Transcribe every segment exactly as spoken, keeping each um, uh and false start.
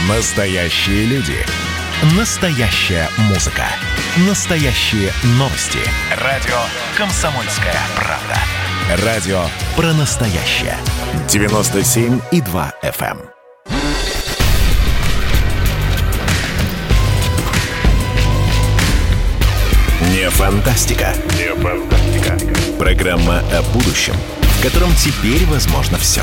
Настоящие люди. Настоящая музыка. Настоящие новости. Радио «Комсомольская правда». Радио про настоящее. девяносто семь и два эф эм. Не фантастика. Не фантастика. Программа о будущем, в котором теперь возможно все.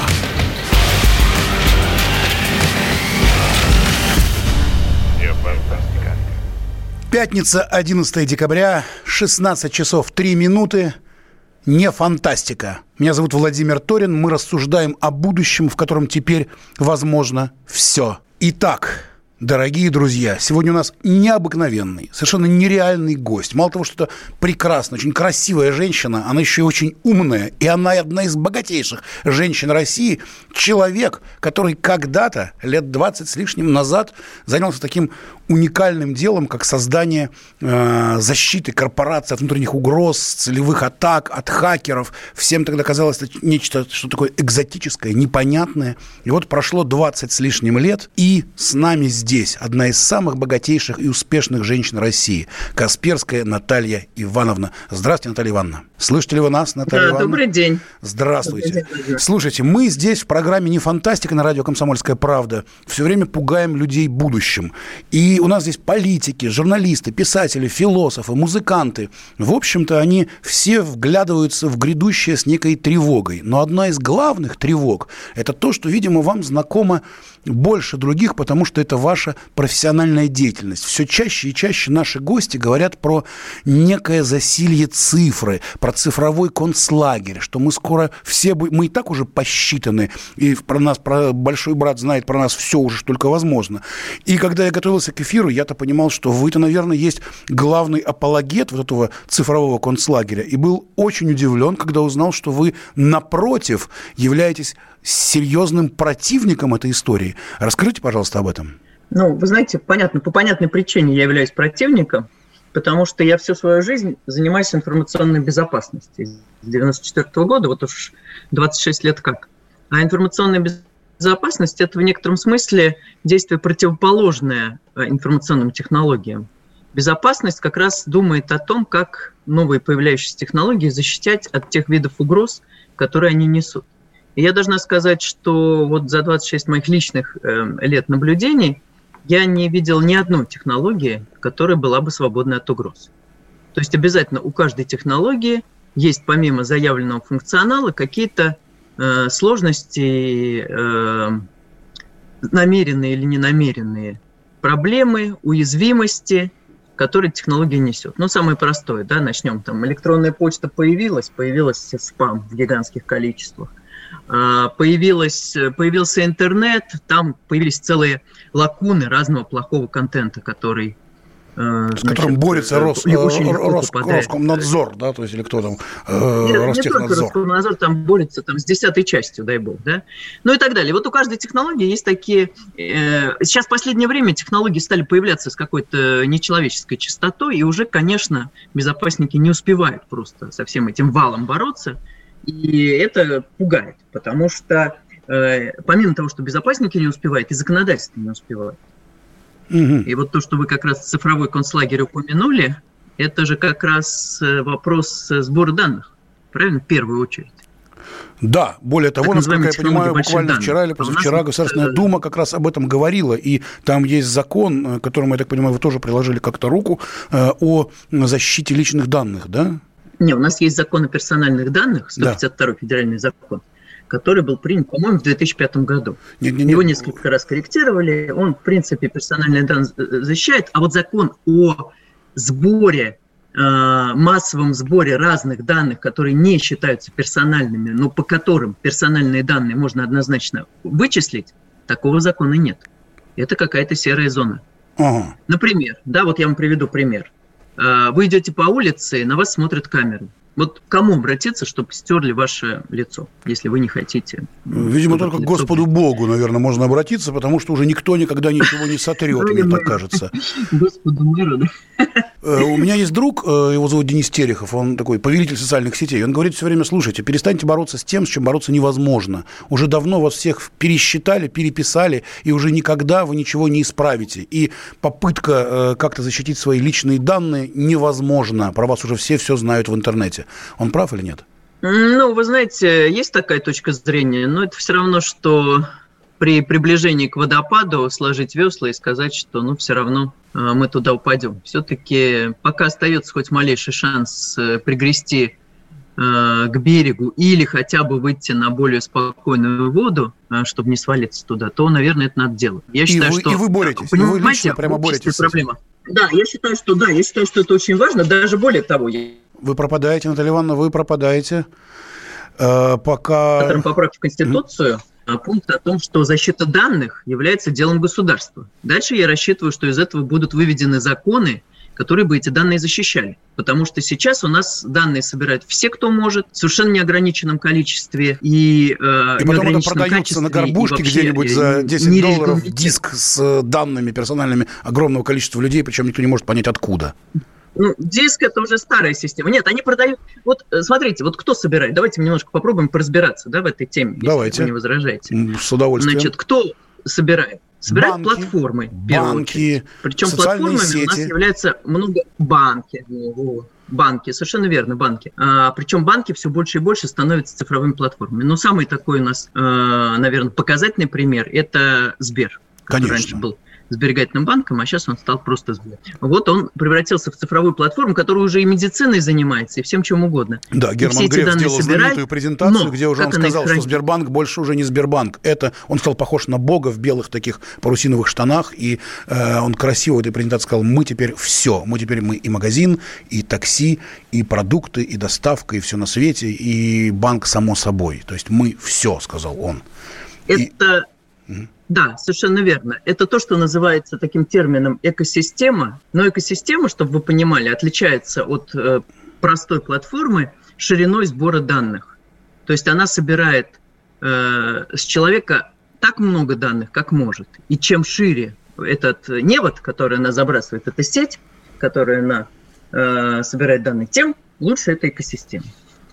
Пятница, одиннадцатое декабря, шестнадцать часов три минуты. Не фантастика. Меня зовут Владимир Торин. Мы рассуждаем о будущем, в котором теперь возможно все. Итак, дорогие друзья, сегодня у нас необыкновенный, совершенно нереальный гость. Мало того, что это прекрасная, очень красивая женщина, она еще и очень умная, и она одна из богатейших женщин России. Человек, который когда-то, лет двадцать с лишним назад, занялся таким уникальным делом, как создание э, защиты корпораций от внутренних угроз, целевых атак, от хакеров. Всем тогда казалось это нечто, что такое экзотическое, непонятное. И вот прошло двадцать с лишним лет, и с нами здесь одна из самых богатейших и успешных женщин России, Касперская Наталья Ивановна. Здравствуйте, Наталья Ивановна. Слышите ли вы нас, Наталья да, Ивановна? Добрый день. Здравствуйте. Добрый день. Слушайте, мы здесь в программе «Не фантастика» на радио «Комсомольская правда» все время пугаем людей будущим. И у нас здесь политики, журналисты, писатели, философы, музыканты. В общем-то, они все вглядываются в грядущее с некой тревогой. Но одна из главных тревог – это то, что, видимо, вам знакомо больше других, потому что это ваша профессиональная деятельность. Все чаще и чаще наши гости говорят про некое засилье цифры, про цифровой концлагерь, что мы скоро все... Мы и так уже посчитаны, и про нас, про большой брат знает про нас все уже, что только возможно. И когда я готовился к эфиру, я-то понимал, что вы-то, наверное, есть главный апологет вот этого цифрового концлагеря, и был очень удивлен, когда узнал, что вы, напротив, являетесь серьезным противником этой истории. Расскажите, пожалуйста, об этом. Ну, вы знаете, понятно, по понятной причине я являюсь противником, потому что я всю свою жизнь занимаюсь информационной безопасностью. С девяносто четвёртого года, вот уж двадцать шесть лет как. А информационная безопасность – это в некотором смысле действие противоположное информационным технологиям. Безопасность как раз думает о том, как новые появляющиеся технологии защищать от тех видов угроз, которые они несут. И я должна сказать, что вот за двадцать шесть моих личных э, лет наблюдений я не видел ни одной технологии, которая была бы свободна от угроз. То есть обязательно у каждой технологии есть помимо заявленного функционала какие-то э, сложности, э, намеренные или ненамеренные проблемы, уязвимости, которые технология несет. Ну, самое простое, да, начнем там. Электронная почта появилась, появился спам в гигантских количествах. Появилась, появился интернет, там появились целые лакуны разного плохого контента, который... С значит, которым борется Рос, Рос, Роскомнадзор, да, то есть или кто там, э, Нет, Ростехнадзор. Не только Роскомнадзор, там борется там, с десятой частью, дай бог, да, ну и так далее. Вот у каждой технологии есть такие... Э, сейчас в последнее время технологии стали появляться с какой-то нечеловеческой частотой, и уже, конечно, безопасники не успевают просто со всем этим валом бороться, и это пугает, потому что э, помимо того, что безопасники не успевают, и законодательство не успевает. Угу. И вот то, что вы как раз цифровой концлагерь упомянули, это же как раз вопрос сбора данных, правильно, в первую очередь. Да, более того, насколько я понимаю, буквально данных. вчера или позавчера нас... Государственная Дума как раз об этом говорила, и там есть закон, которому, я так понимаю, вы тоже приложили как-то руку, о защите личных данных, да? Не, у нас есть закон о персональных данных, сто пятьдет второй да. федеральный закон, который был принят, по-моему, в две тысячи пятом году. Нет, нет, Его нет. несколько раз корректировали, он, в принципе, персональные данные защищает, а вот закон о сборе, э, массовом сборе разных данных, которые не считаются персональными, но по которым персональные данные можно однозначно вычислить, такого закона нет. Это какая-то серая зона. Ага. Например, да, вот я вам приведу пример. Вы идете по улице, на вас смотрят камеры. Вот к кому обратиться, чтобы стерли ваше лицо, если вы не хотите? Видимо, только к Господу Богу, наверное, можно обратиться, потому что уже никто никогда ничего не сотрет, мне так кажется. Господу мэру, да? У меня есть друг, его зовут Денис Терехов, он такой повелитель социальных сетей. Он говорит все время: слушайте, перестаньте бороться с тем, с чем бороться невозможно. Уже давно вас всех пересчитали, переписали, и уже никогда вы ничего не исправите. И попытка как-то защитить свои личные данные невозможна. Про вас уже все все знают в интернете. Он прав или нет? Ну, вы знаете, есть такая точка зрения, но это все равно, что при приближении к водопаду сложить весла и сказать, что ну все равно мы туда упадем. Все-таки пока остается хоть малейший шанс пригрести э, к берегу или хотя бы выйти на более спокойную воду, э, чтобы не свалиться туда, то, наверное, это надо делать. Я считаю, и, вы, что, и вы боретесь, понимаете, и вы лично прямо боретесь. Проблема. Да, я считаю, что да, я считаю, что это очень важно, даже более того. Я... Вы пропадаете, Наталья Ивановна, вы пропадаете. Э, пока... Поправки в Конституцию. Пункт о том, что защита данных является делом государства. Дальше я рассчитываю, что из этого будут выведены законы, которые бы эти данные защищали. Потому что сейчас у нас данные собирают все, кто может, в совершенно неограниченном количестве. И, э, и потом это продается на горбушке где-нибудь за десять долларов диск с данными персональными огромного количества людей, причем никто не может понять, откуда. Ну, диск – это уже старая система. Нет, они продают... Вот, смотрите, вот кто собирает? Давайте мы немножко попробуем поразбираться, да, в этой теме, Давайте. Если вы не возражаете. С удовольствием. Значит, кто собирает? Собирают банки, платформы. Банки, Причем платформами сети. У нас является много банки. Банки, совершенно верно, банки. А, причем банки все больше и больше становятся цифровыми платформами. Но самый такой у нас, а, наверное, показательный пример – это Сбер, который Конечно. раньше был сберегательным банком, а сейчас он стал просто Сбер. Вот он превратился в цифровую платформу, которая уже и медициной занимается, и всем чем угодно. Да, Герман Греф сделал знаменитую презентацию, где уже он сказал, что Сбербанк больше уже не Сбербанк. Это, он стал похож на Бога в белых таких парусиновых штанах, и э, он красиво в этой презентации сказал: мы теперь все, мы теперь мы и магазин, и такси, и продукты, и доставка, и все на свете, и банк само собой. То есть мы все, сказал он. Это... И... Да, совершенно верно. Это то, что называется таким термином экосистема. Но экосистема, чтобы вы понимали, отличается от э, простой платформы шириной сбора данных. То есть она собирает э, с человека так много данных, как может. И чем шире этот невод, который она забрасывает, эта сеть, которая она э, собирает данные, тем лучше эта экосистема.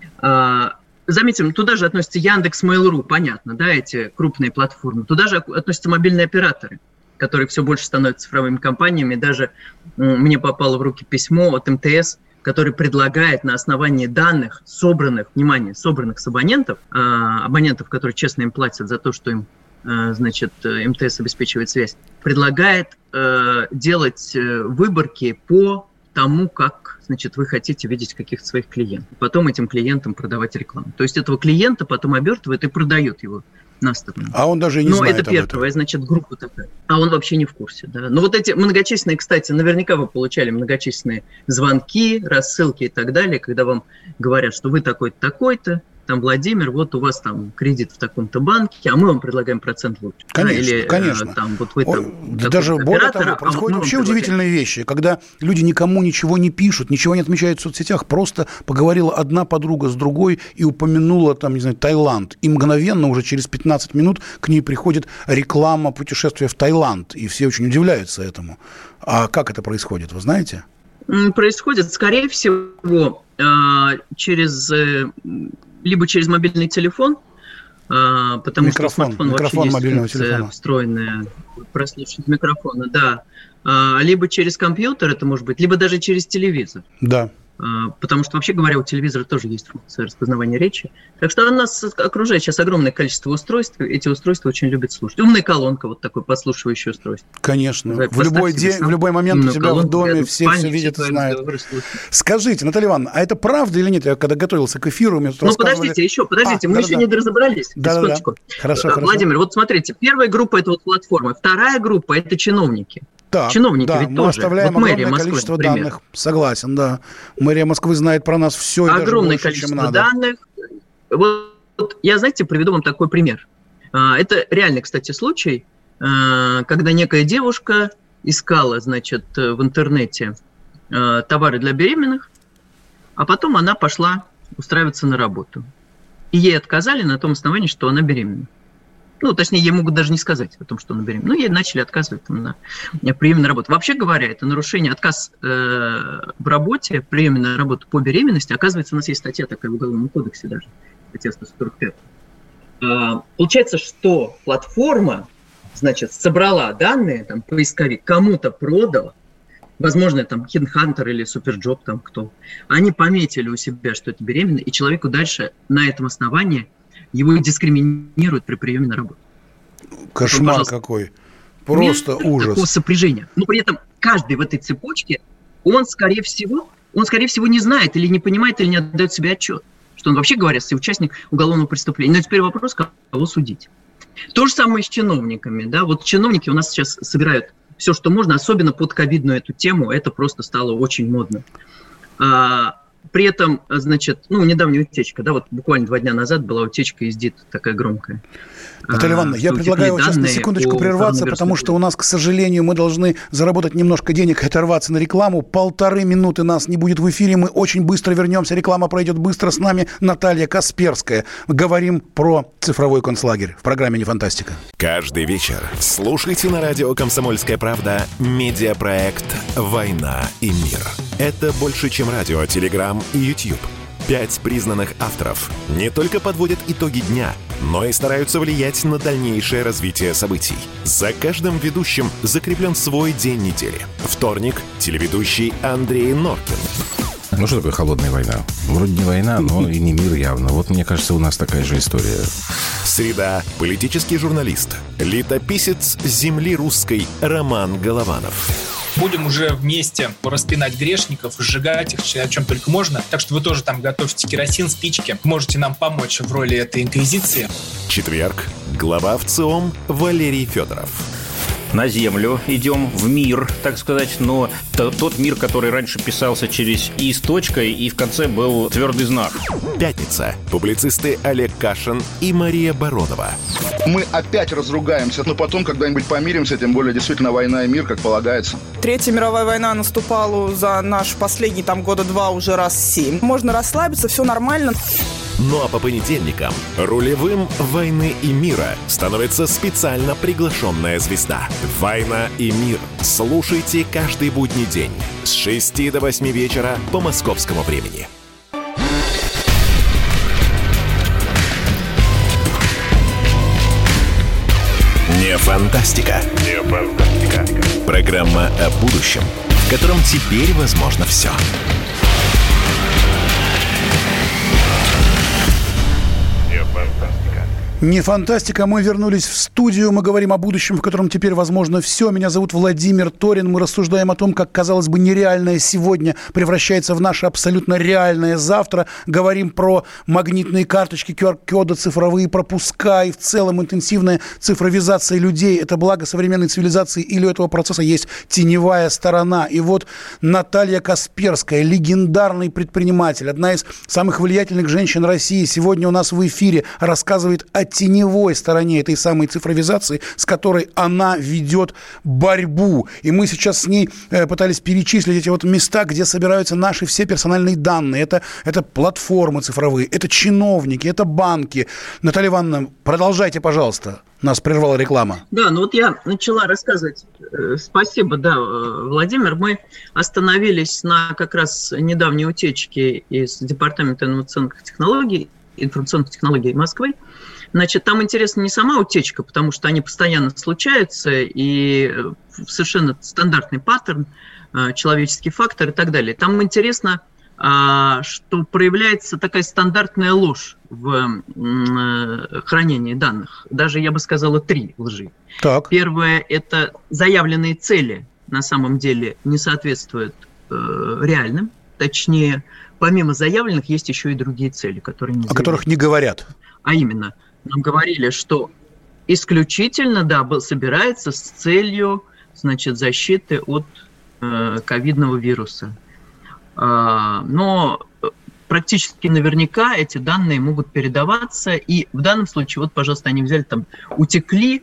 А, Заметим, туда же относятся Яндекс, Mail.ru, понятно, да, эти крупные платформы. Туда же относятся мобильные операторы, которые все больше становятся цифровыми компаниями. Даже мне попало в руки письмо от эм тэ эс, который предлагает на основании данных, собранных, внимание, собранных с абонентов, абонентов, которые честно им платят за то, что им, значит, эм тэ эс обеспечивает связь, предлагает делать выборки по тому, как, значит, вы хотите видеть каких-то своих клиентов. Потом этим клиентам продавать рекламу. То есть этого клиента потом обертывает и продает его на сторону. А он даже и не Но знает это первая, значит, группа такая. А он вообще не в курсе. Да? Но вот эти многочисленные, кстати, наверняка вы получали многочисленные звонки, рассылки и так далее, когда вам говорят, что вы такой-то, такой-то, там, Владимир, вот у вас там кредит в таком-то банке, а мы вам предлагаем процент лучше. Конечно, Или, конечно. Там, вот вы там, даже более того, происходят а вообще удивительные вещи, когда люди никому ничего не пишут, ничего не отмечают в соцсетях, просто поговорила одна подруга с другой и упомянула, там, не знаю, Таиланд, и мгновенно, уже через пятнадцать минут, к ней приходит реклама путешествия в Таиланд, и все очень удивляются этому. А как это происходит, вы знаете? Происходит, скорее всего, через... либо через мобильный телефон, потому микрофон, что смартфон микрофон вообще мобильного есть телефона. Встроенная прослушивание микрофона, да. Либо через компьютер это может быть, либо даже через телевизор. Да. Потому что, вообще говоря, у телевизора тоже есть функция распознавания речи. Так что у нас окружает сейчас огромное количество устройств. Эти устройства очень любят слушать. Умная колонка, вот такое подслушивающее устройство. Конечно. Давай, в любой день, в любой момент у тебя в доме все память, все видят и знают. Выросло. Скажите, Наталья Ивановна, а это правда или нет? Я когда готовился к эфиру, мне тут Ну, рассказывали... подождите, еще, подождите, а, мы да, еще да. не разобрались. Да, да, да. Хорошо, Владимир, хорошо. вот смотрите, первая группа – это вот платформы, вторая группа – это чиновники. Так, Чиновники да, ведь мы тоже. оставляем вот огромное Москвы, количество например. данных. Согласен, да. Мэрия Москвы знает про нас все и огромное даже больше, чем количество надо. данных. Вот, вот я, знаете, приведу вам такой пример. Это реальный, кстати, случай, когда некая девушка искала, значит, в интернете товары для беременных, а потом она пошла устраиваться на работу. И ей отказали на том основании, что она беременна. Ну, точнее, ей могут даже не сказать о том, что она беременна. Ну, ей начали отказывать там, на приемной работе. Вообще говоря, это нарушение, отказ э, в работе, приемной работы по беременности. Оказывается, у нас есть статья такая в Уголовном кодексе даже, статья сто сорок пять. А, получается, что платформа, значит, собрала данные, там, поисковик, кому-то продала, возможно, там, HeadHunter или Superjob, там, кто. Они пометили у себя, что это беременна, и человеку дальше на этом основании его дискриминируют при приеме на работу. Кошмар ну, какой. Просто нет ужас. Такого сопряжения. Но при этом каждый в этой цепочке, он, скорее всего, он, скорее всего, не знает или не понимает, или не отдает себе отчет, что он, вообще говоря, соучастник уголовного преступления. Но теперь вопрос, кого судить. То же самое с чиновниками. Да? Вот чиновники у нас сейчас собирают все, что можно, особенно под ковидную эту тему. Это просто стало очень модно. При этом, значит, ну, недавняя утечка, да, вот буквально два дня назад была утечка из ДИТ такая громкая. Наталья Ивановна, я предлагаю сейчас на секундочку прерваться, потому что у нас, к сожалению, мы должны заработать немножко денег и оторваться на рекламу. Полторы минуты нас не будет в эфире, мы очень быстро вернемся, реклама пройдет быстро. С нами Наталья Касперская. Говорим про цифровой концлагерь в программе «Не фантастика». Каждый вечер слушайте на радио «Комсомольская правда» медиапроект «Война и мир». Это больше, чем радио, телеграм и YouTube. Пять признанных авторов не только подводят итоги дня, но и стараются влиять на дальнейшее развитие событий. За каждым ведущим закреплен свой день недели. Вторник – телеведущий Андрей Норкин. Ну, что такое холодная война? Вроде не война, но и не мир явно. Вот, мне кажется, у нас такая же история. Среда – политический журналист, летописец земли русской Роман Голованов. Будем уже вместе распинать грешников, сжигать их, о чем только можно. Так что вы тоже там готовьте керосин, спички. Можете нам помочь в роли этой инквизиции. Четверг. Глава ВЦИОМ Валерий Федоров. На землю идем, в мир, так сказать, но тот мир, который раньше писался через «и» с точкой, и в конце был твердый знак. Пятница. Публицисты Олег Кашин и Мария Баронова. Мы опять разругаемся, но потом когда-нибудь помиримся, тем более действительно война и мир, как полагается. Третья мировая война наступала за наш последний там года два уже раз семь. Можно расслабиться, все нормально. Ну а по понедельникам рулевым «Войны и мира» становится специально приглашенная звезда. «Война и мир». Слушайте каждый будний день с шести до восьми вечера по московскому времени. Не фантастика. Не фантастика. Программа о будущем, в котором теперь возможно все. Не фантастика, мы вернулись в студию, мы говорим о будущем, в котором теперь возможно все. Меня зовут Владимир Торин, мы рассуждаем о том, как, казалось бы, нереальное сегодня превращается в наше абсолютно реальное завтра. Говорим про магнитные карточки, ку ар-коды, цифровые пропуска и в целом интенсивная цифровизация людей. Это благо современной цивилизации, или у этого процесса есть теневая сторона. И вот Наталья Касперская, легендарный предприниматель, одна из самых влиятельных женщин России, сегодня у нас в эфире рассказывает о теневой стороне этой самой цифровизации, с которой она ведет борьбу. И мы сейчас с ней э, пытались перечислить эти вот места, где собираются наши все персональные данные. Это, это платформы цифровые, это чиновники, это банки. Наталья Ивановна, продолжайте, пожалуйста. Нас прервала реклама. Да, ну вот я начала рассказывать. Спасибо, да, Владимир. Мы остановились на как раз недавней утечке из Департамента инновационных технологий, информационных технологий Москвы. Значит, там интересна не сама утечка, потому что они постоянно случаются, и совершенно стандартный паттерн, человеческий фактор и так далее. Там интересно, что проявляется такая стандартная ложь в хранении данных. Даже, я бы сказала, три лжи. Так. Первое – это заявленные цели на самом деле не соответствуют реальным. Точнее, помимо заявленных, есть еще и другие цели, которые не о которых не говорят. А именно, нам говорили, что исключительно, да, собирается с целью, значит, защиты от э, ковидного вируса. А, но практически наверняка эти данные могут передаваться, и в данном случае, вот, пожалуйста, они взяли там, утекли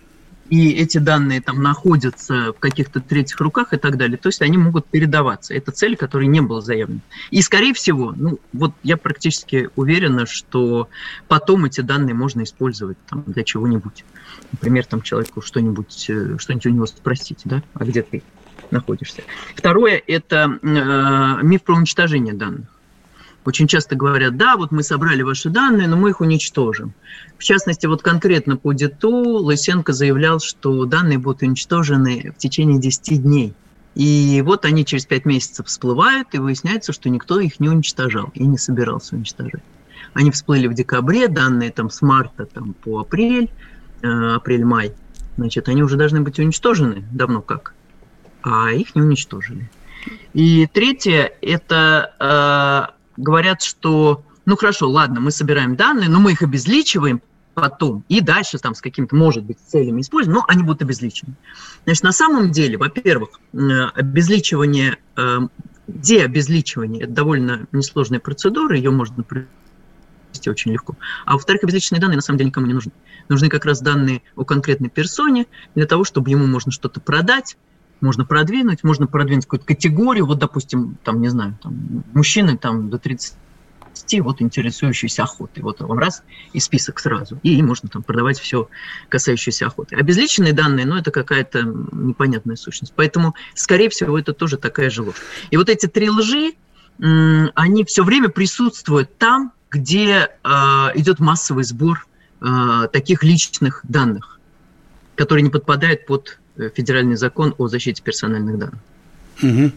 и эти данные там находятся в каких-то третьих руках и так далее, то есть они могут передаваться. Это цель, которая не была заявлена. И, скорее всего, ну, вот я практически уверена, что потом эти данные можно использовать там, для чего-нибудь. Например, там человеку что-нибудь, что-нибудь у него спросить, да, а где ты находишься. Второе – это э, миф про уничтожение данных. Очень часто говорят, да, вот мы собрали ваши данные, но мы их уничтожим. В частности, вот конкретно по ДИТУ Лысенко заявлял, что данные будут уничтожены в течение десяти дней. И вот они через пять месяцев всплывают, и выясняется, что никто их не уничтожал и не собирался уничтожать. Они всплыли в декабре, данные там с марта там, по апрель, э, апрель-май, значит, они уже должны быть уничтожены давно как, а их не уничтожили. И третье, это... Э, говорят, что, ну хорошо, ладно, мы собираем данные, но мы их обезличиваем потом и дальше там с какими-то, может быть, целями используем, но они будут обезличены. Значит, на самом деле, во-первых, обезличивание, деобезличивание – это довольно несложная процедура, ее можно провести очень легко. А во-вторых, обезличенные данные на самом деле никому не нужны. Нужны как раз данные о конкретной персоне для того, чтобы ему можно что-то продать, можно продвинуть, можно продвинуть какую-то категорию, вот, допустим, там, не знаю, там, мужчины там до тридцати, вот, интересующиеся охотой, вот вам раз, и список сразу, и можно там продавать все, касающееся охоты. Обезличенные данные, ну, это какая-то непонятная сущность, поэтому, скорее всего, это тоже такая же ложь. И вот эти три лжи, они все время присутствуют там, где э, идет массовый сбор э, таких личных данных, которые не подпадают под федеральный закон о защите персональных данных. Угу.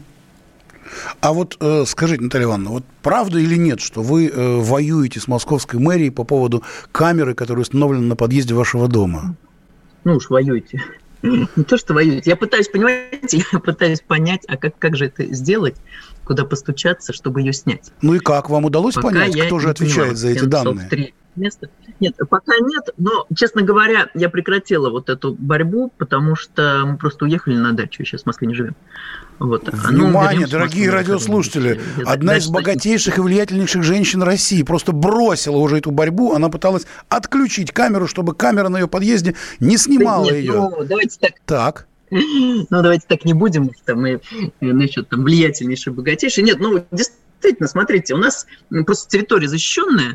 А вот э, скажите, Наталья Ивановна, вот правда или нет, что вы э, воюете с московской мэрией по поводу камеры, которая установлена на подъезде вашего дома? Ну уж воюете. Не то, что воюете. Я пытаюсь, понимаете, я пытаюсь понять, а как, как же это сделать, куда постучаться, чтобы ее снять. Ну и как? Вам удалось пока понять, кто же отвечает за эти данные? Место. Нет, пока нет, но, честно говоря, я прекратила вот эту борьбу, потому что мы просто уехали на дачу, сейчас в Москве не живем. Вот. Внимание, ну, дорогие радиослушатели, одна из богатейших и влиятельнейших женщин России просто бросила уже эту борьбу, она пыталась отключить камеру, чтобы камера на ее подъезде не снимала нет, ее. Ну, давайте так. Так. Ну, давайте так не будем, что мы насчет там влиятельнейшей, богатейшей. Нет, ну, действительно, Действительно, смотрите, у нас просто территория защищенная,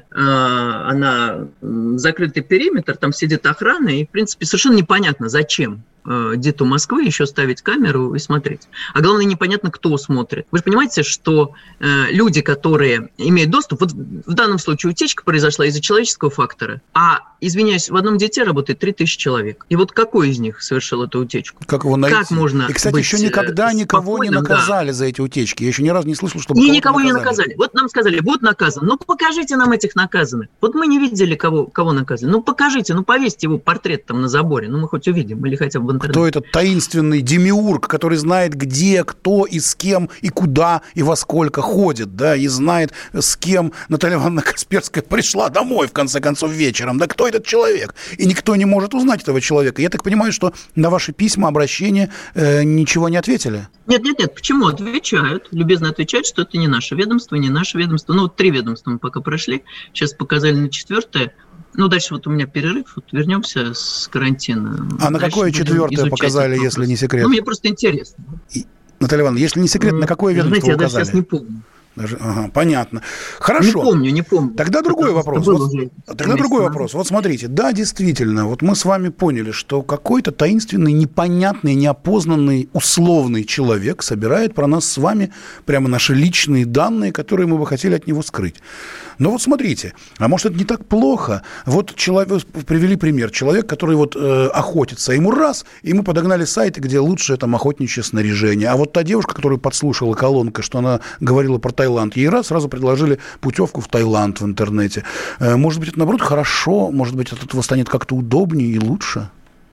она закрытый периметр, там сидит охрана, и, в принципе, совершенно непонятно, зачем ДИТУ Москвы еще ставить камеру и смотреть. А главное, непонятно, кто смотрит. Вы же понимаете, что э, люди, которые имеют доступ, вот в данном случае утечка произошла из-за человеческого фактора, а, извиняюсь, в одном ДИТе работает три тысячи человек. И вот какой из них совершил эту утечку? Как его найти? Как можно И, кстати, быть еще никогда никого не наказали да. за эти утечки. Я еще ни разу не слышал, чтобы И никого наказали. не наказали. Вот нам сказали, вот наказан. Ну, покажите нам этих наказанных. Вот мы не видели, кого, кого наказали. Ну, покажите, ну, повесьте его портрет там на заборе. Ну, мы хоть увидим. Или хотя бы в интернете. Кто этот таинственный демиург, который знает, где, кто и с кем, и куда, и во сколько ходит, да, и знает, с кем Наталья Ивановна Касперская пришла домой, в конце концов, вечером. Да кто этот человек? И никто не может узнать этого человека. Я так понимаю, что на ваши письма, обращения э, ничего не ответили? Нет, нет, нет. Почему? Отвечают. Любезно отвечают, что это не наше ведомство, не наше ведомство. Ну, вот три ведомства мы пока прошли. Сейчас показали на четвертое. Ну, дальше вот у меня перерыв, вот вернемся с карантина. А на какое четвертое показали, если не секрет? Ну, мне просто интересно. И, Наталья Ивановна, если не секрет, на какое ведомство Знаете, указали? Я даже сейчас не помню. Даже, ага, понятно. Хорошо. Не помню, не помню. Тогда другой вопрос. Вот, тогда другой вопрос. Вот смотрите, да, действительно, вот мы с вами поняли, что какой-то таинственный, непонятный, неопознанный, условный человек собирает про нас с вами прямо наши личные данные, которые мы бы хотели от него скрыть. Но вот смотрите, а может, это не так плохо? Вот человек, привели пример. Человек, который вот э, охотится, ему раз, и мы подогнали сайты, где лучшее там охотничье снаряжение. А вот та девушка, которая подслушала колонка, что она говорила про Таиланд, ей раз сразу предложили путевку в Таиланд в интернете. Э, может быть, это, наоборот, хорошо? Может быть, от этого станет как-то удобнее и лучше?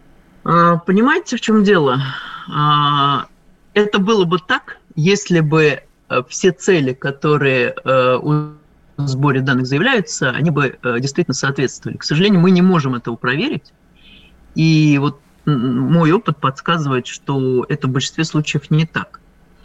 А, понимаете, в чем дело? А, это было бы так, если бы все цели, которые э, у в сборе данных заявляются, они бы э, действительно соответствовали. К сожалению, мы не можем этого проверить. И вот мой опыт подсказывает, что это в большинстве случаев не так.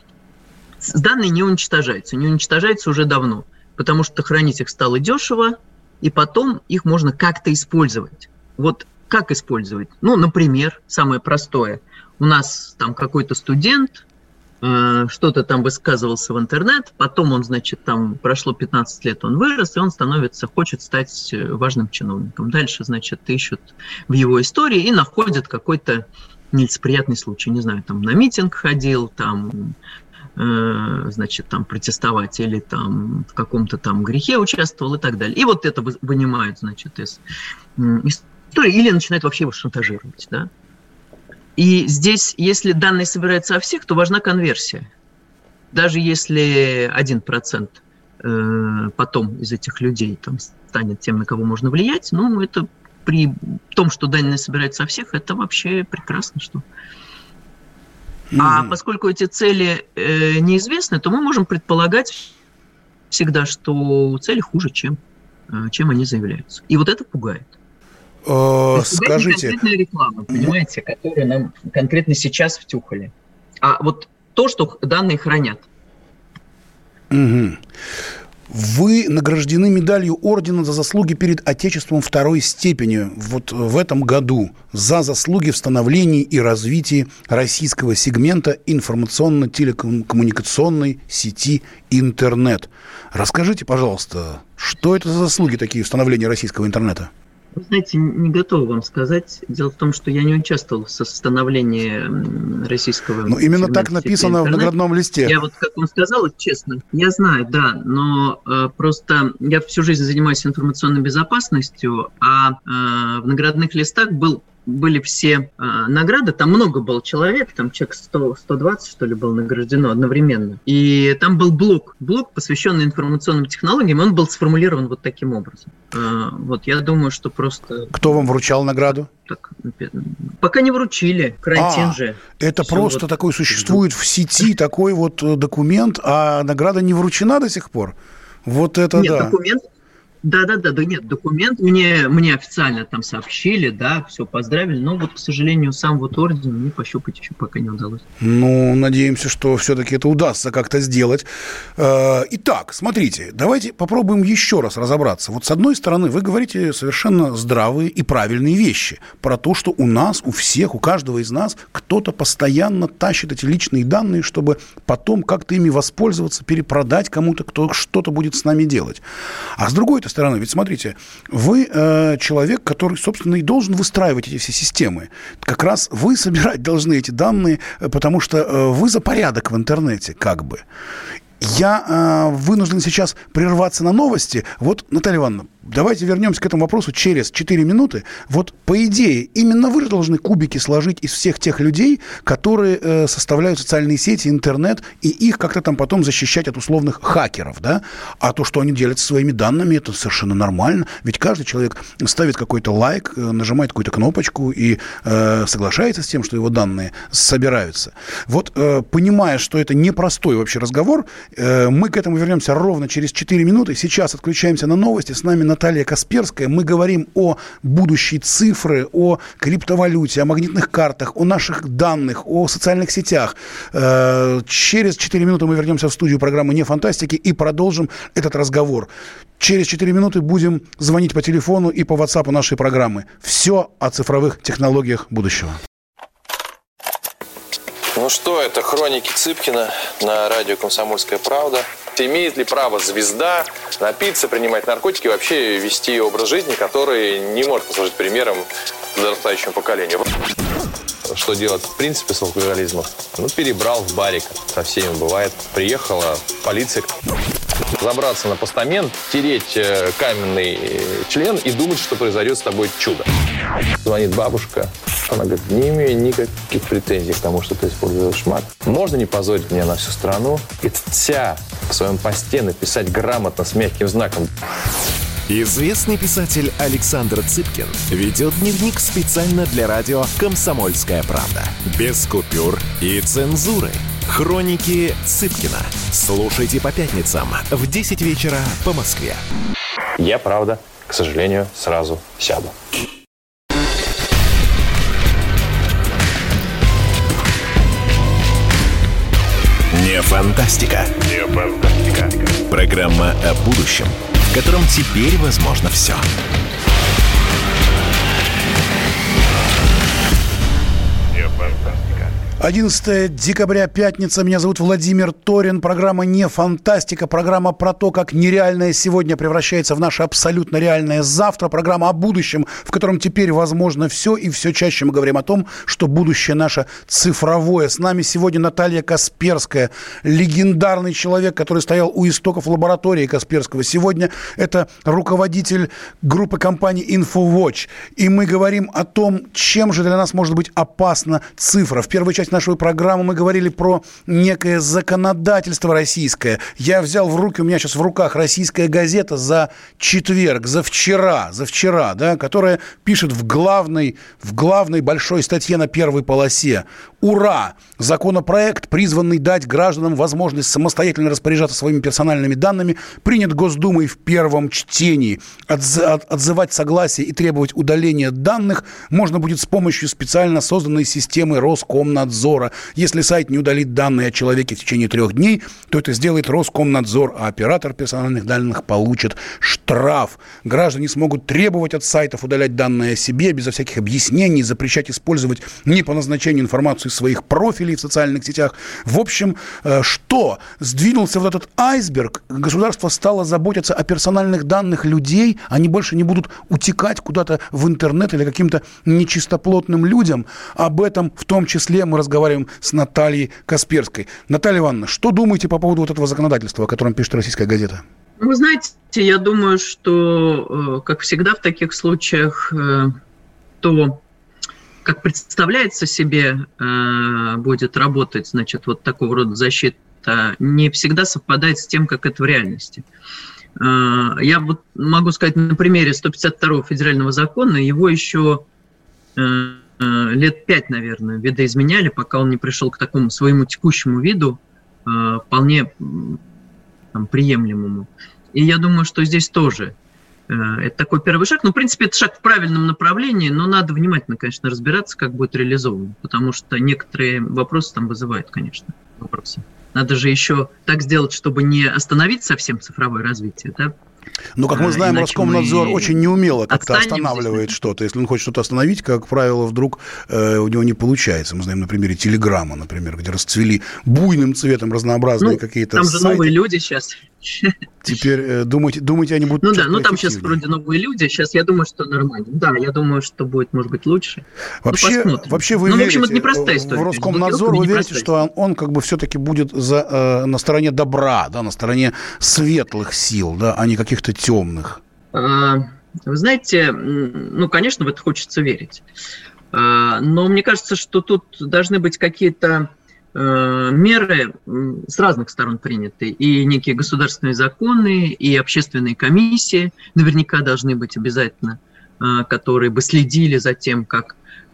Данные не уничтожаются. Не уничтожаются уже давно, потому что хранить их стало дешево, и потом их можно как-то использовать. Вот как использовать? Ну, например, самое простое. У нас там какой-то студент э, что-то там высказывался в интернет, потом он, значит, там прошло пятнадцать лет, он вырос, и он становится, хочет стать важным чиновником. Дальше, значит, ищут в его истории и находят какой-то нелицеприятный случай. Не знаю, там на митинг ходил, там... значит, там протестовать или там в каком-то там грехе участвовал и так далее. И вот это вынимают, значит, из истории или начинают вообще его шантажировать, да. И здесь, если данные собираются о всех, то важна конверсия. Даже если один процент потом из этих людей там станет тем, на кого можно влиять, ну, это при том, что данные собираются о всех, это вообще прекрасно, что... А mm-hmm. поскольку эти цели э, неизвестны, то мы можем предполагать всегда, что цели хуже, чем, э, чем они заявляются. И вот это пугает. Uh, скажите... Конкретная реклама, понимаете, которую нам конкретно сейчас втюхали. А вот то, что данные хранят. Mm-hmm. Вы награждены медалью ордена за заслуги перед Отечеством второй степени вот в этом году за заслуги в становлении и развитии российского сегмента информационно-телекоммуникационной сети интернет. Расскажите, пожалуйста, что это за заслуги такие в становлении российского интернета? Вы знаете, не готов вам сказать. Дело в том, что я не участвовал в становлении российского... Ну, именно так написано в наградном листе. Я вот, как вам сказал, честно, я знаю, да, но э, просто я всю жизнь занимаюсь информационной безопасностью, а э, в наградных листах был... были все а, награды, там много было человек, там человек сто, сто двадцать, что ли, было награждено одновременно. И там был блок, блок, посвященный информационным технологиям, он был сформулирован вот таким образом. А, вот, я думаю, что просто... Кто вам вручал награду? Так, пока не вручили, карантин а, же. Это Все просто вот... такой существует в сети такой вот документ, а награда не вручена до сих пор? Вот это Нет, да. документ... Да-да-да, да нет, документ мне, мне официально там сообщили, да, все, поздравили, но вот, к сожалению, сам вот орден мне пощупать еще пока не удалось. Ну, надеемся, что все-таки это удастся как-то сделать. Итак, смотрите, давайте попробуем еще раз разобраться. Вот с одной стороны, вы говорите совершенно здравые и правильные вещи про то, что у нас, у всех, у каждого из нас кто-то постоянно тащит эти личные данные, чтобы потом как-то ими воспользоваться, перепродать кому-то, кто что-то будет с нами делать. А с другой стороны, ведь смотрите, вы э, человек, который, собственно, и должен выстраивать эти все системы. Как раз вы собирать должны эти данные, потому что э, вы за порядок в интернете, как бы. Я э, вынужден сейчас прерваться на новости. Вот, Наталья Ивановна, давайте вернемся к этому вопросу через четыре минуты. Вот, по идее, именно вы же должны кубики сложить из всех тех людей, которые э, составляют социальные сети, интернет, и их как-то там потом защищать от условных хакеров, да? А то, что они делятся своими данными, это совершенно нормально. Ведь каждый человек ставит какой-то лайк, э, нажимает какую-то кнопочку и э, соглашается с тем, что его данные собираются. Вот, э, понимая, что это непростой вообще разговор, э, мы к этому вернемся ровно через четыре минуты. Сейчас отключаемся на новости. С нами Наталья Касперская. Мы говорим о будущей цифры, о криптовалюте, о магнитных картах, о наших данных, о социальных сетях. Через четыре минуты мы вернемся в студию программы «Не фантастики» и продолжим этот разговор. Через четыре минуты будем звонить по телефону и по WhatsApp нашей программы. Все о цифровых технологиях будущего. Ну что, это хроники Цыпкина на радио «Комсомольская правда». Имеет ли право звезда напиться, принимать наркотики и вообще вести образ жизни, который не может послужить примером подрастающему поколению? Что делать в принципе с алкоголизмом? Ну, перебрал в барик. Со всеми бывает. Приехала полиция. Забраться на постамент, тереть каменный член и думать, что произойдет с тобой чудо. Звонит бабушка. Она говорит, не имею никаких претензий к тому, что ты используешь мат. Можно не позорить меня на всю страну и вся в своем посте написать грамотно с мягким знаком. Известный писатель Александр Цыпкин ведет дневник специально для радио «Комсомольская правда». Без купюр и цензуры. Хроники Цыпкина. Слушайте по пятницам в десять вечера по Москве. Я, правда, к сожалению, сразу сяду. Не фантастика. Не фантастика. Программа о будущем, в котором теперь возможно все. одиннадцатое декабря, пятница. Меня зовут Владимир Торин. Программа «Не фантастика». Программа про то, как нереальное сегодня превращается в наше абсолютно реальное завтра. Программа о будущем, в котором теперь возможно все. И все чаще мы говорим о том, что будущее наше цифровое. С нами сегодня Наталья Касперская. Легендарный человек, который стоял у истоков лаборатории Касперского. Сегодня это руководитель группы компании InfoWatch. И мы говорим о том, чем же для нас может быть опасна цифра. В первой части нашей программы мы говорили про некое законодательство российское. Я взял в руки, у меня сейчас в руках российская газета за четверг, за вчера, за вчера, да, которая пишет в главной, в главной большой статье на первой полосе: «Ура! Законопроект, призванный дать гражданам возможность самостоятельно распоряжаться своими персональными данными, принят Госдумой в первом чтении. Отз- от- отзывать согласие и требовать удаления данных можно будет с помощью специально созданной системы Роскомнадзора. Если сайт не удалит данные о человеке в течение трех дней, то это сделает Роскомнадзор, а оператор персональных данных получит штраф. Граждане смогут требовать от сайтов удалять данные о себе безо всяких объяснений, запрещать использовать не по назначению информацию из своих профилей в социальных сетях. В общем, что? Сдвинулся вот этот айсберг, государство стало заботиться о персональных данных людей, они больше не будут утекать куда-то в интернет или каким-то нечистоплотным людям. Об этом в том числе мы разговариваем с Натальей Касперской. Наталья Ивановна, что думаете по поводу вот этого законодательства, о котором пишет «Российская газета»? Вы знаете, я думаю, что, как всегда в таких случаях, то, как представляется себе, будет работать, значит, вот такого рода защита, не всегда совпадает с тем, как это в реальности. Я вот могу сказать на примере сто пятьдесят второго федерального закона, его еще лет пять, наверное, видоизменяли, пока он не пришел к такому своему текущему виду, вполне там, приемлемому. И я думаю, что здесь тоже это такой первый шаг. Ну, в принципе, это шаг в правильном направлении, но надо внимательно, конечно, разбираться, как будет реализован, потому что некоторые вопросы там вызывают, конечно, вопросы. Надо же еще так сделать, чтобы не остановить совсем цифровое развитие, да? Ну, как мы знаем, Иначе Роскомнадзор мы очень неумело как-то останавливает что-то. Если он хочет что-то остановить, как правило, вдруг э, у него не получается. Мы знаем на примере Телеграма, например, где расцвели буйным цветом разнообразные ну, какие-то там же сайты. Новые люди сейчас. Теперь э, думаете, думаете, они будут... Ну да, ну там сейчас вроде новые люди, сейчас я думаю, что нормально. Да, я думаю, что будет, может быть, лучше. Вообще, ну, вообще вы ну, верите, в общем, это непростая история. В Роскомнадзор вы верите, что он, он как бы все-таки будет за, э, на стороне добра, да, на стороне светлых сил, да, а не каких-то темных? А, вы знаете, ну, конечно, в это хочется верить. А, но мне кажется, что тут должны быть какие-то меры с разных сторон приняты. И некие государственные законы, и общественные комиссии наверняка должны быть обязательно, которые бы следили за тем, как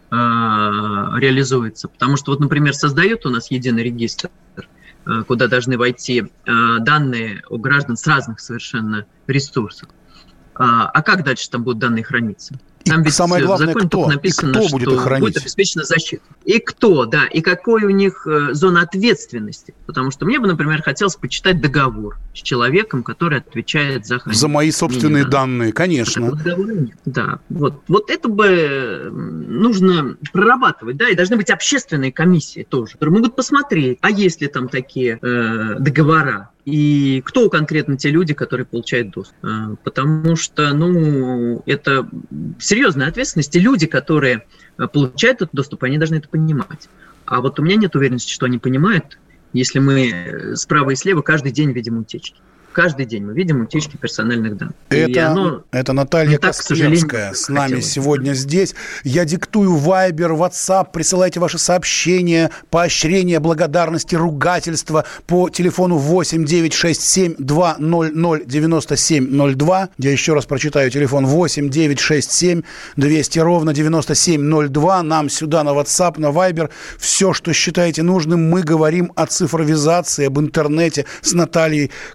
реализуется. Потому что, вот, например, создает у нас единый регистр, куда должны войти данные у граждан с разных совершенно ресурсов. А как дальше там будут данные храниться? Там ведь самое главное, в кто? написано, и кто будет их хранить? Будет обеспечена защита. И кто, да, и какой у них э, зона ответственности. Потому что мне бы, например, хотелось почитать договор с человеком, который отвечает за хранение. За мои собственные данных, данные, конечно. Вот договора нет. Да, вот, вот это бы нужно прорабатывать, да, и должны быть общественные комиссии тоже, которые могут посмотреть, а есть ли там такие э, договора, и кто конкретно те люди, которые получают доступ. Потому что, ну, это серьезная ответственность. И люди, которые получают этот доступ, они должны это понимать. А вот у меня нет уверенности, что они понимают, если мы справа и слева каждый день видим утечки. Каждый день мы видим утечки персональных данных. Это, оно, это Наталья Касперская с нами хотелось. Сегодня здесь. Я диктую Вайбер, WhatsApp. Присылайте ваши сообщения, поощрения, благодарности, ругательства по телефону восемь девятьсот шестьдесят семь двести девяносто семь ноль два. Я еще раз прочитаю телефон восемь девятьсот шестьдесят семь двести ровно девяносто семь ноль два. Нам сюда на WhatsApp, на Вайбер. Все, что считаете нужным, мы говорим о цифровизации, об интернете с Натальей Касперской.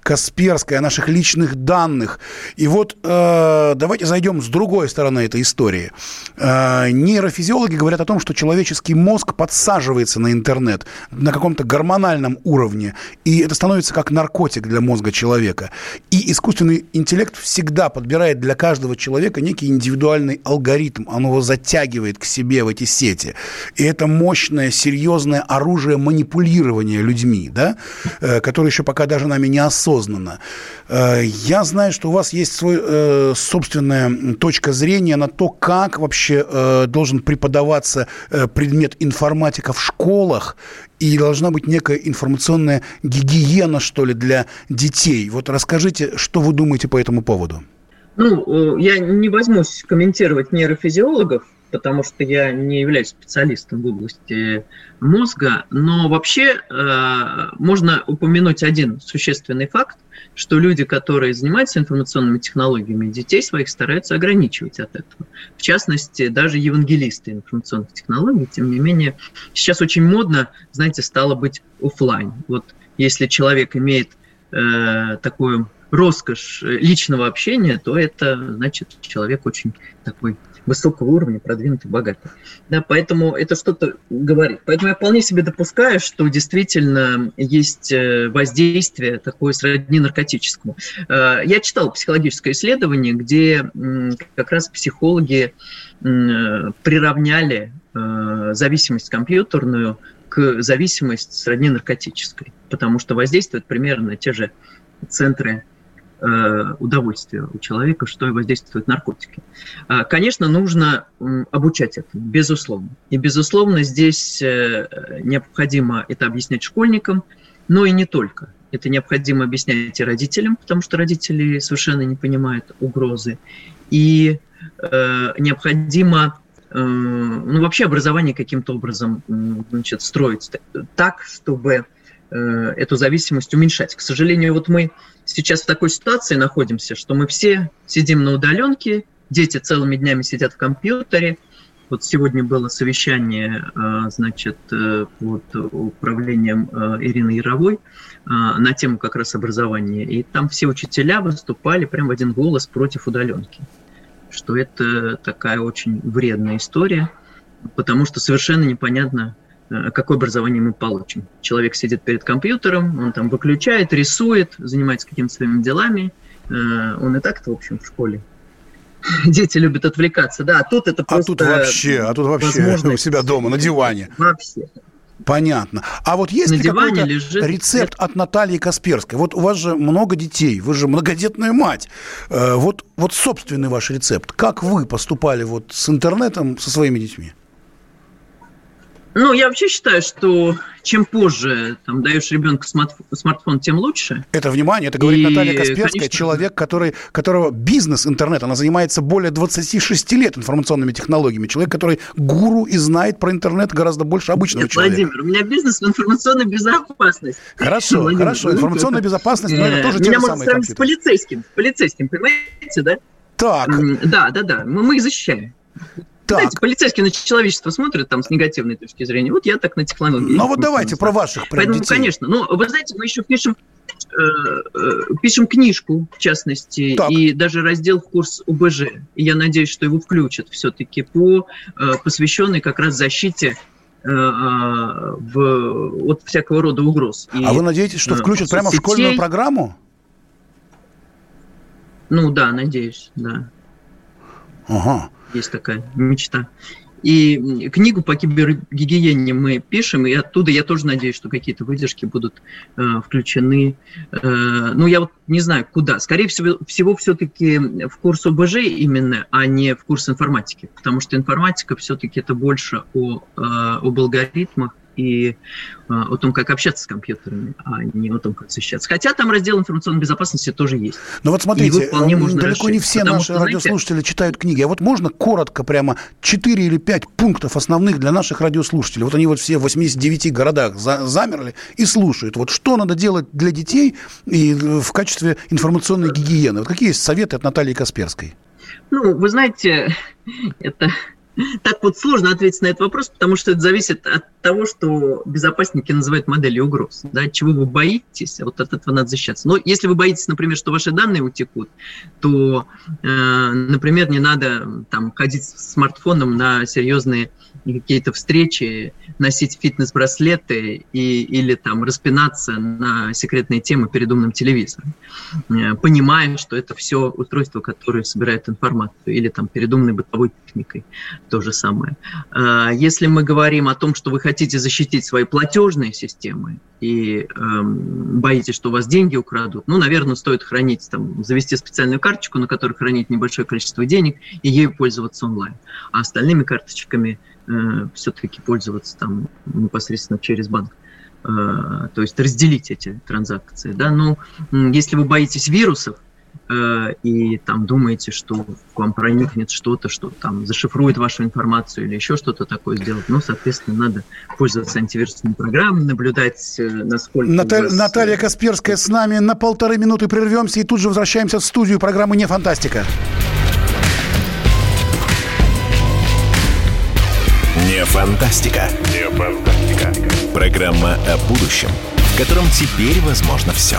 Касперской, о наших личных данных. И вот э, давайте зайдем с другой стороны этой истории. Э, нейрофизиологи говорят о том, что человеческий мозг подсаживается на интернет на каком-то гормональном уровне, и это становится как наркотик для мозга человека. И искусственный интеллект всегда подбирает для каждого человека некий индивидуальный алгоритм. Он его затягивает к себе в эти сети. И это мощное, серьезное оружие манипулирования людьми, да, э, которое еще пока даже нами не осознанно. Э, я знаю, что у вас есть свой, э, собственная точка зрения на то, как вообще э, должен преподаваться э, предмет информатика в школах, и должна быть некая информационная гигиена, что ли, для детей. Вот расскажите, что вы думаете по этому поводу? Ну, я не возьмусь комментировать нейрофизиологов, потому что я не являюсь специалистом в области мозга, но вообще э, можно упомянуть один существенный факт, что люди, которые занимаются информационными технологиями, детей своих стараются ограничивать от этого. В частности, даже евангелисты информационных технологий, тем не менее, сейчас очень модно, знаете, стало быть офлайн. Вот если человек имеет э, такую роскошь личного общения, то это значит человек очень такой высокого уровня, продвинутый, богатый. Да, поэтому это что-то говорит. Поэтому я вполне себе допускаю, что действительно есть воздействие такое сродни наркотическому. Я читал психологическое исследование, где как раз психологи приравняли зависимость компьютерную к зависимости сродни наркотической, потому что воздействует примерно на те же центры удовольствия у человека, что и воздействуют наркотики. Конечно, нужно обучать этому, безусловно. И, безусловно, здесь необходимо это объяснять школьникам, но и не только. Это необходимо объяснять и родителям, потому что родители совершенно не понимают угрозы. И э, необходимо э, ну, вообще образование каким-то образом значит, строить так, чтобы э, эту зависимость уменьшать. К сожалению, вот мы сейчас в такой ситуации находимся, что мы все сидим на удаленке, дети целыми днями сидят в компьютере. Вот сегодня было совещание, значит, под управлением Ирины Яровой на тему как раз образования. И там все учителя выступали прямо в один голос против удаленки. Что это такая очень вредная история, потому что совершенно непонятно, какое образование мы получим. Человек сидит перед компьютером, он там выключает, рисует, занимается какими-то своими делами. Он и так-то, в общем, в школе. Дети любят отвлекаться, да, а тут это просто... А тут вообще, а тут вообще у себя дома, на диване. Вообще. Понятно. А вот есть на ли какой-то лежит... рецепт от Натальи Касперской? Вот у вас же много детей, вы же многодетная мать. Вот, вот собственный ваш рецепт. Как вы поступали вот с интернетом со своими детьми? Ну, я вообще считаю, что чем позже там, даешь ребенку смартфон, тем лучше. Это, внимание, это говорит И, Наталья Касперская, конечно, человек, который, которого бизнес интернет, она занимается более двадцати шести лет информационными технологиями. Человек, который гуру и знает про интернет гораздо больше обычного Нет, человека. Владимир, у меня бизнес в информационной безопасности. Хорошо, Владимир, хорошо. Информационная безопасность, но это тоже те меня же можно самые сравнить с компьютеры. полицейским. С полицейским, понимаете, да? Так. Да, да, да. Мы, мы их защищаем. Знаете, полицейские на человечество смотрят там с негативной точки зрения. Вот я так на технологии. Ну вот давайте про ваших прям Поэтому, детей. конечно. Ну, вы знаете, мы еще пишем, э, э, пишем книжку, в частности, так. и даже раздел в курс о бэ жэ. И я надеюсь, что его включат все-таки по э, посвященной как раз защите э, э, в, от всякого рода угроз. И, а вы надеетесь, что включат э, прямо в школьную программу? Ну да, надеюсь, да. Ага. Есть такая мечта. И книгу по кибергигиене мы пишем, и оттуда я тоже надеюсь, что какие-то выдержки будут э, включены. Э, ну, я вот не знаю, куда. Скорее всего, всего все-таки в курс о бэ жэ именно, а не в курс информатики. Потому что информатика все-таки это больше о, э, об алгоритмах и э, о том, как общаться с компьютерами, а не о том, как защищаться. Хотя там раздел информационной безопасности тоже есть. Ну вот смотрите, далеко расширить, не все наши что, радиослушатели знаете, читают книги. А вот можно коротко прямо четыре или пять пунктов основных для наших радиослушателей? Вот они вот все в восьмидесяти девяти городах за- замерли и слушают. Вот что надо делать для детей и в качестве информационной гигиены? Вот какие есть советы от Натальи Касперской? Ну, вы знаете, это... Так вот сложно ответить на этот вопрос, потому что это зависит от того, что безопасники называют моделью угроз. Да, чего вы боитесь, вот от этого надо защищаться. Но если вы боитесь, например, что ваши данные утекут, то, э, например, не надо там, ходить с смартфоном на серьезные какие-то встречи, носить фитнес-браслеты и, или там распинаться на секретные темы перед умным телевизором, э, понимая, что это все устройства, которые собирают информацию, или там перед умной бытовой техникой то же самое. Э, если мы говорим о том, что вы хотите защитить свои платежные системы и э, боитесь, что у вас деньги украдут, ну, наверное, стоит хранить, там, завести специальную карточку, на которой хранить небольшое количество денег и ею пользоваться онлайн. А остальными карточками э, все-таки пользоваться там непосредственно через банк. Э, то есть разделить эти транзакции. Да? Ну, если вы боитесь вирусов, и там думаете, что к вам проникнет что-то, что там зашифрует вашу информацию или еще что-то такое сделать, ну, соответственно, надо пользоваться антивирусными программами, наблюдать, насколько... Наталь... вас... Наталья Касперская с нами. На полторы минуты прервемся и тут же возвращаемся в студию программы «Не фантастика». Не фантастика. Не фантастика. Программа о будущем, в котором теперь возможно все.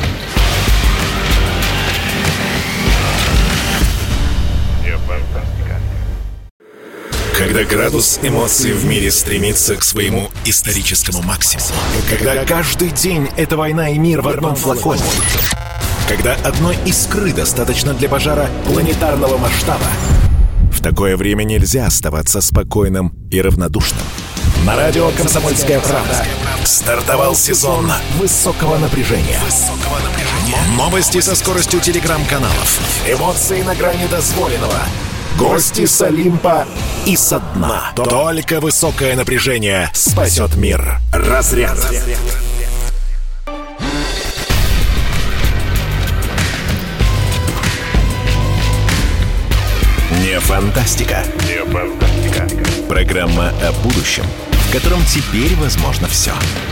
Когда градус эмоций в мире стремится к своему историческому максимуму. Когда каждый день — это война и мир в одном флаконе. Когда одной искры достаточно для пожара планетарного масштаба. В такое время нельзя оставаться спокойным и равнодушным. На радио «Комсомольская правда» стартовал сезон высокого напряжения. Новости со скоростью телеграм-каналов. Эмоции на грани дозволенного. Гости с Олимпа и со дна. Только высокое напряжение спасет мир. Разряд. Не фантастика. Не фантастика. Программа о будущем, в котором теперь возможно все.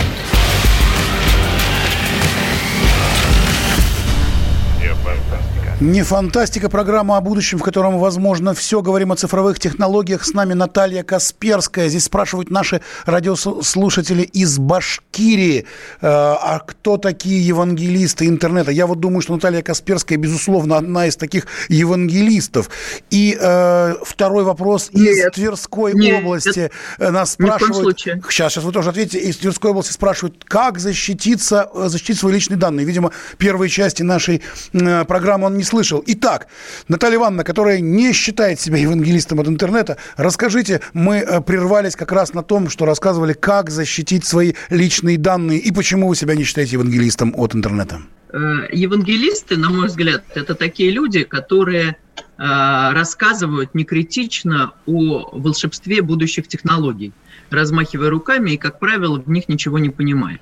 Не фантастика, программа о будущем, в котором возможно все. Говорим о цифровых технологиях. С нами Наталья Касперская. Здесь спрашивают наши радиослушатели из Башкирии. А кто такие евангелисты интернета? Я вот думаю, что Наталья Касперская, безусловно, одна из таких евангелистов. И э, второй вопрос из нет, Тверской нет, области. Нет, нас спрашивают... Сейчас, сейчас вы тоже ответите. Из Тверской области спрашивают, как защититься, защитить свои личные данные. Видимо, первой части нашей э, программы он не слышал. Итак, Наталья Ивановна, которая не считает себя евангелистом от интернета, расскажите, мы прервались как раз на том, что рассказывали, как защитить свои личные данные и почему вы себя не считаете евангелистом от интернета. Евангелисты, на мой взгляд, это такие люди, которые рассказывают некритично о волшебстве будущих технологий, размахивая руками и, как правило, в них ничего не понимая.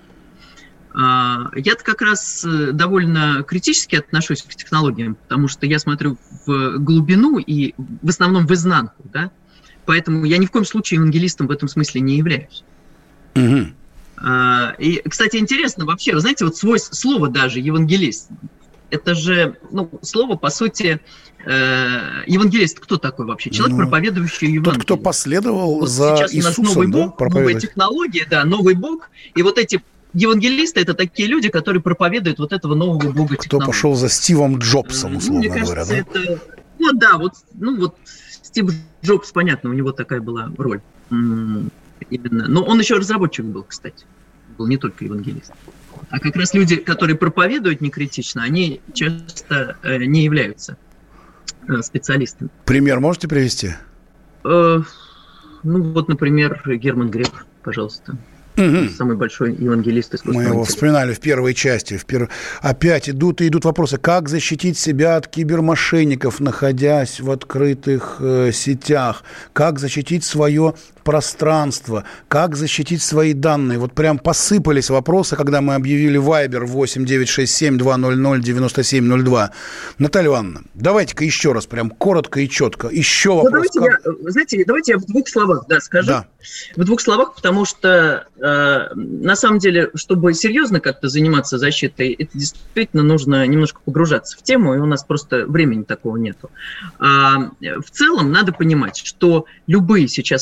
Я-то как раз довольно критически отношусь к технологиям, потому что я смотрю в глубину и в основном в изнанку, да? Поэтому я ни в коем случае евангелистом в этом смысле не являюсь. Угу. И, кстати, интересно вообще, вы знаете, вот свой, слово даже «евангелист», это же, ну, слово, по сути, евангелист кто такой вообще? Человек, ну, проповедующий Евангелие. Тот, кто последовал вот за сейчас Иисусом, у нас новый да, Бог, новая технология, да, новый Бог, и вот эти евангелисты – это такие люди, которые проповедуют вот этого нового бога технологий. Кто пошел за Стивом Джобсом, условно ну, говоря, кажется, да? Это... Вот, да, вот, ну вот Стив Джобс, понятно, у него такая была роль. Именно. Но он еще разработчик был, кстати. Был не только евангелист. А как раз люди, которые проповедуют некритично, они часто не являются специалистами. Пример можете привести? Э, ну, вот, например, Герман Греф, пожалуйста. Угу. Самый большой евангелист искусственного Мы его интеллекта. вспоминали в первой части. В пер... Опять идут и идут вопросы, как защитить себя от кибермошенников, находясь в открытых э, сетях, как защитить свое пространство, как защитить свои данные. Вот прям посыпались вопросы, когда мы объявили Viber восемь девятьсот шестьдесят семь двести девяносто семь ноль два. Наталья Ивановна, давайте-ка еще раз, прям коротко и четко. Еще ну, вопрос. Давайте, как... я, знаете, давайте я в двух словах да, скажу. Да. В двух словах, потому что э, на самом деле, чтобы серьезно как-то заниматься защитой, это действительно нужно немножко погружаться в тему, и у нас просто времени такого нету. А, в целом надо понимать, что любые сейчас сервисные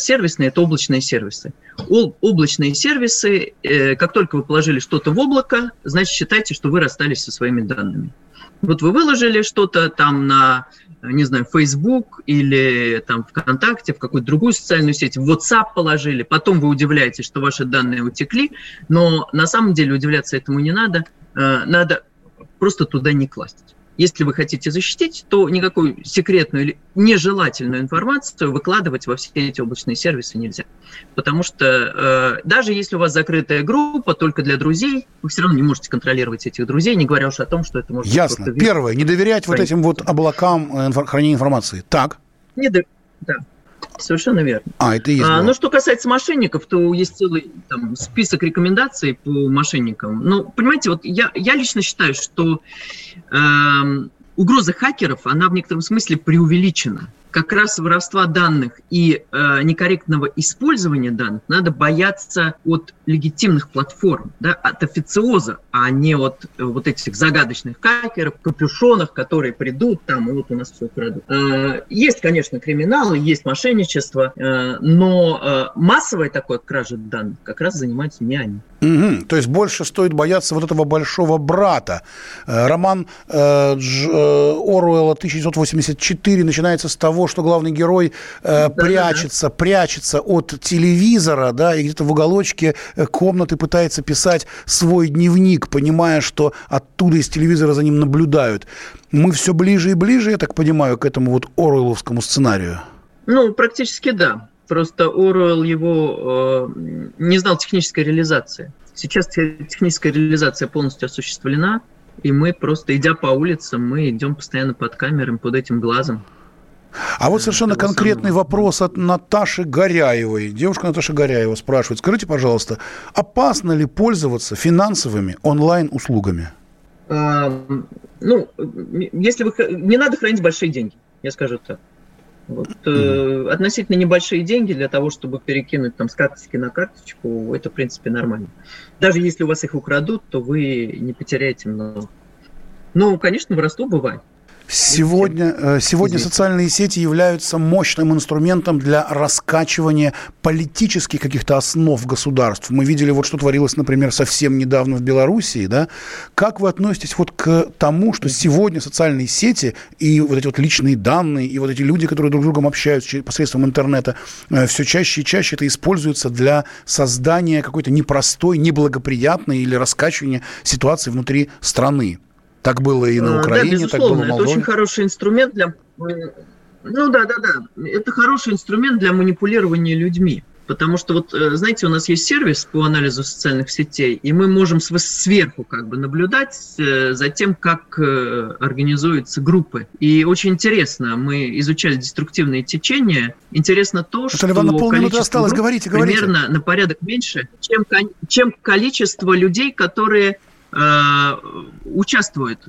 это облачные сервисы. Облачные сервисы, как только вы положили что-то в облако, значит, считайте, что вы расстались со своими данными. Вот вы выложили что-то там на, не знаю, Facebook или там ВКонтакте, в какую-то другую социальную сеть, в WhatsApp положили, потом вы удивляетесь, что ваши данные утекли, но на самом деле удивляться этому не надо, надо просто туда не класть. Если вы хотите защитить, то никакую секретную или нежелательную информацию выкладывать во все эти облачные сервисы нельзя. Потому что э, даже если у вас закрытая группа только для друзей, вы все равно не можете контролировать этих друзей, не говоря уж о том, что это может... Ясно. Быть Первое, не доверять вот этим вот облакам инфо- хранения информации. Так. Не до... Да. Совершенно верно. А, это и есть. А, но что касается мошенников, то есть целый там, список рекомендаций по мошенникам. Ну, понимаете, вот я, я лично считаю, что э, угроза хакеров, она в некотором смысле преувеличена. Как раз воровства данных и э, некорректного использования данных надо бояться от легитимных платформ, да, от официоза, а не от э, вот этих загадочных хакеров, капюшонах, которые придут там и вот у нас все украдут. Э, есть, конечно, криминал, есть мошенничество, э, но э, массовой такой кражи данных как раз занимаются не они. Угу. То есть больше стоит бояться вот этого большого брата. Э, роман э, Дж, э, Оруэлла тысяча девятьсот восемьдесят четыре начинается с того, что главный герой э, да, прячется, да. прячется от телевизора, да, и где-то в уголочке комнаты пытается писать свой дневник, понимая, что оттуда из телевизора за ним наблюдают. Мы все ближе и ближе, я так понимаю, к этому вот оруэлловскому сценарию. Ну, практически да. Просто Оруэлл его э, не знал технической реализации. Сейчас техническая реализация полностью осуществлена, и мы просто, идя по улицам, мы идем постоянно под камерами, под этим глазом. А вот совершенно конкретный самого. вопрос от Наташи Горяевой. Девушка Наташа Горяева спрашивает: скажите, пожалуйста, опасно ли пользоваться финансовыми онлайн-услугами? А, ну, если вы... Не надо хранить большие деньги, я скажу так. Вот, mm. э, относительно небольшие деньги для того, чтобы перекинуть там с карточки на карточку, это, в принципе, нормально. Даже если у вас их украдут, то вы не потеряете много. Ну, конечно, воровство бывает. Сегодня, сегодня социальные сети являются мощным инструментом для раскачивания политических каких-то основ государств. Мы видели, вот что творилось, например, совсем недавно в Белоруссии. Да? Как вы относитесь вот к тому, что сегодня социальные сети и вот эти вот личные данные, и вот эти люди, которые друг с другом общаются посредством интернета, все чаще и чаще это используется для создания какой-то непростой, неблагоприятной или раскачивания ситуации внутри страны? Так было и на Украине, да, так было в Молдове. Это очень хороший инструмент для... Ну да, да, да. Это хороший инструмент для манипулирования людьми. Потому что, вот, знаете, у нас есть сервис по анализу социальных сетей, и мы можем сверху как бы наблюдать за тем, как организуются группы. И очень интересно, мы изучали деструктивные течения. Интересно то, что количество осталось. Групп говорите, говорите. примерно на порядок меньше, чем, чем количество людей, которые... участвуют.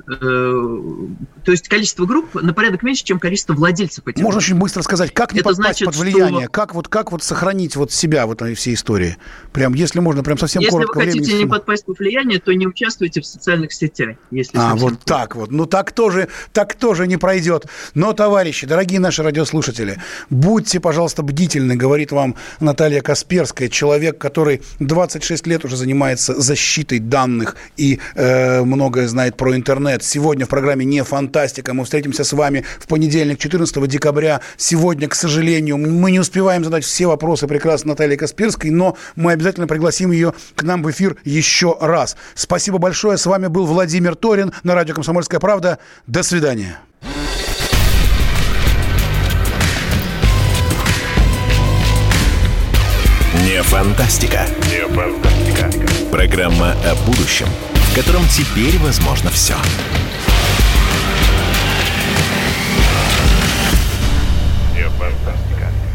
То есть количество групп на порядок меньше, чем количество владельцев этих Можно групп. очень быстро сказать, как не Это подпасть значит, под влияние, что... как, вот, как вот сохранить вот себя в этой всей истории? Прям, если можно, прям совсем если коротко. Если вы хотите времени... не подпасть под влияние, то не участвуйте в социальных сетях. Если а, вот коротко. так вот. Ну, так тоже, так тоже не пройдет. Но, товарищи, дорогие наши радиослушатели, будьте, пожалуйста, бдительны, говорит вам Наталья Касперская, человек, который двадцать шесть лет уже занимается защитой данных и э, многое знает про интернет. Сегодня в программе «Не фантастика». Мы встретимся с вами в понедельник, четырнадцатого декабря. Сегодня, к сожалению, мы не успеваем задать все вопросы прекрасной Натальи Касперской, но мы обязательно пригласим ее к нам в эфир еще раз. Спасибо большое. С вами был Владимир Торин на радио «Комсомольская правда». До свидания. Не фантастика. Не фантастика. Программа о будущем, в котором теперь возможно все.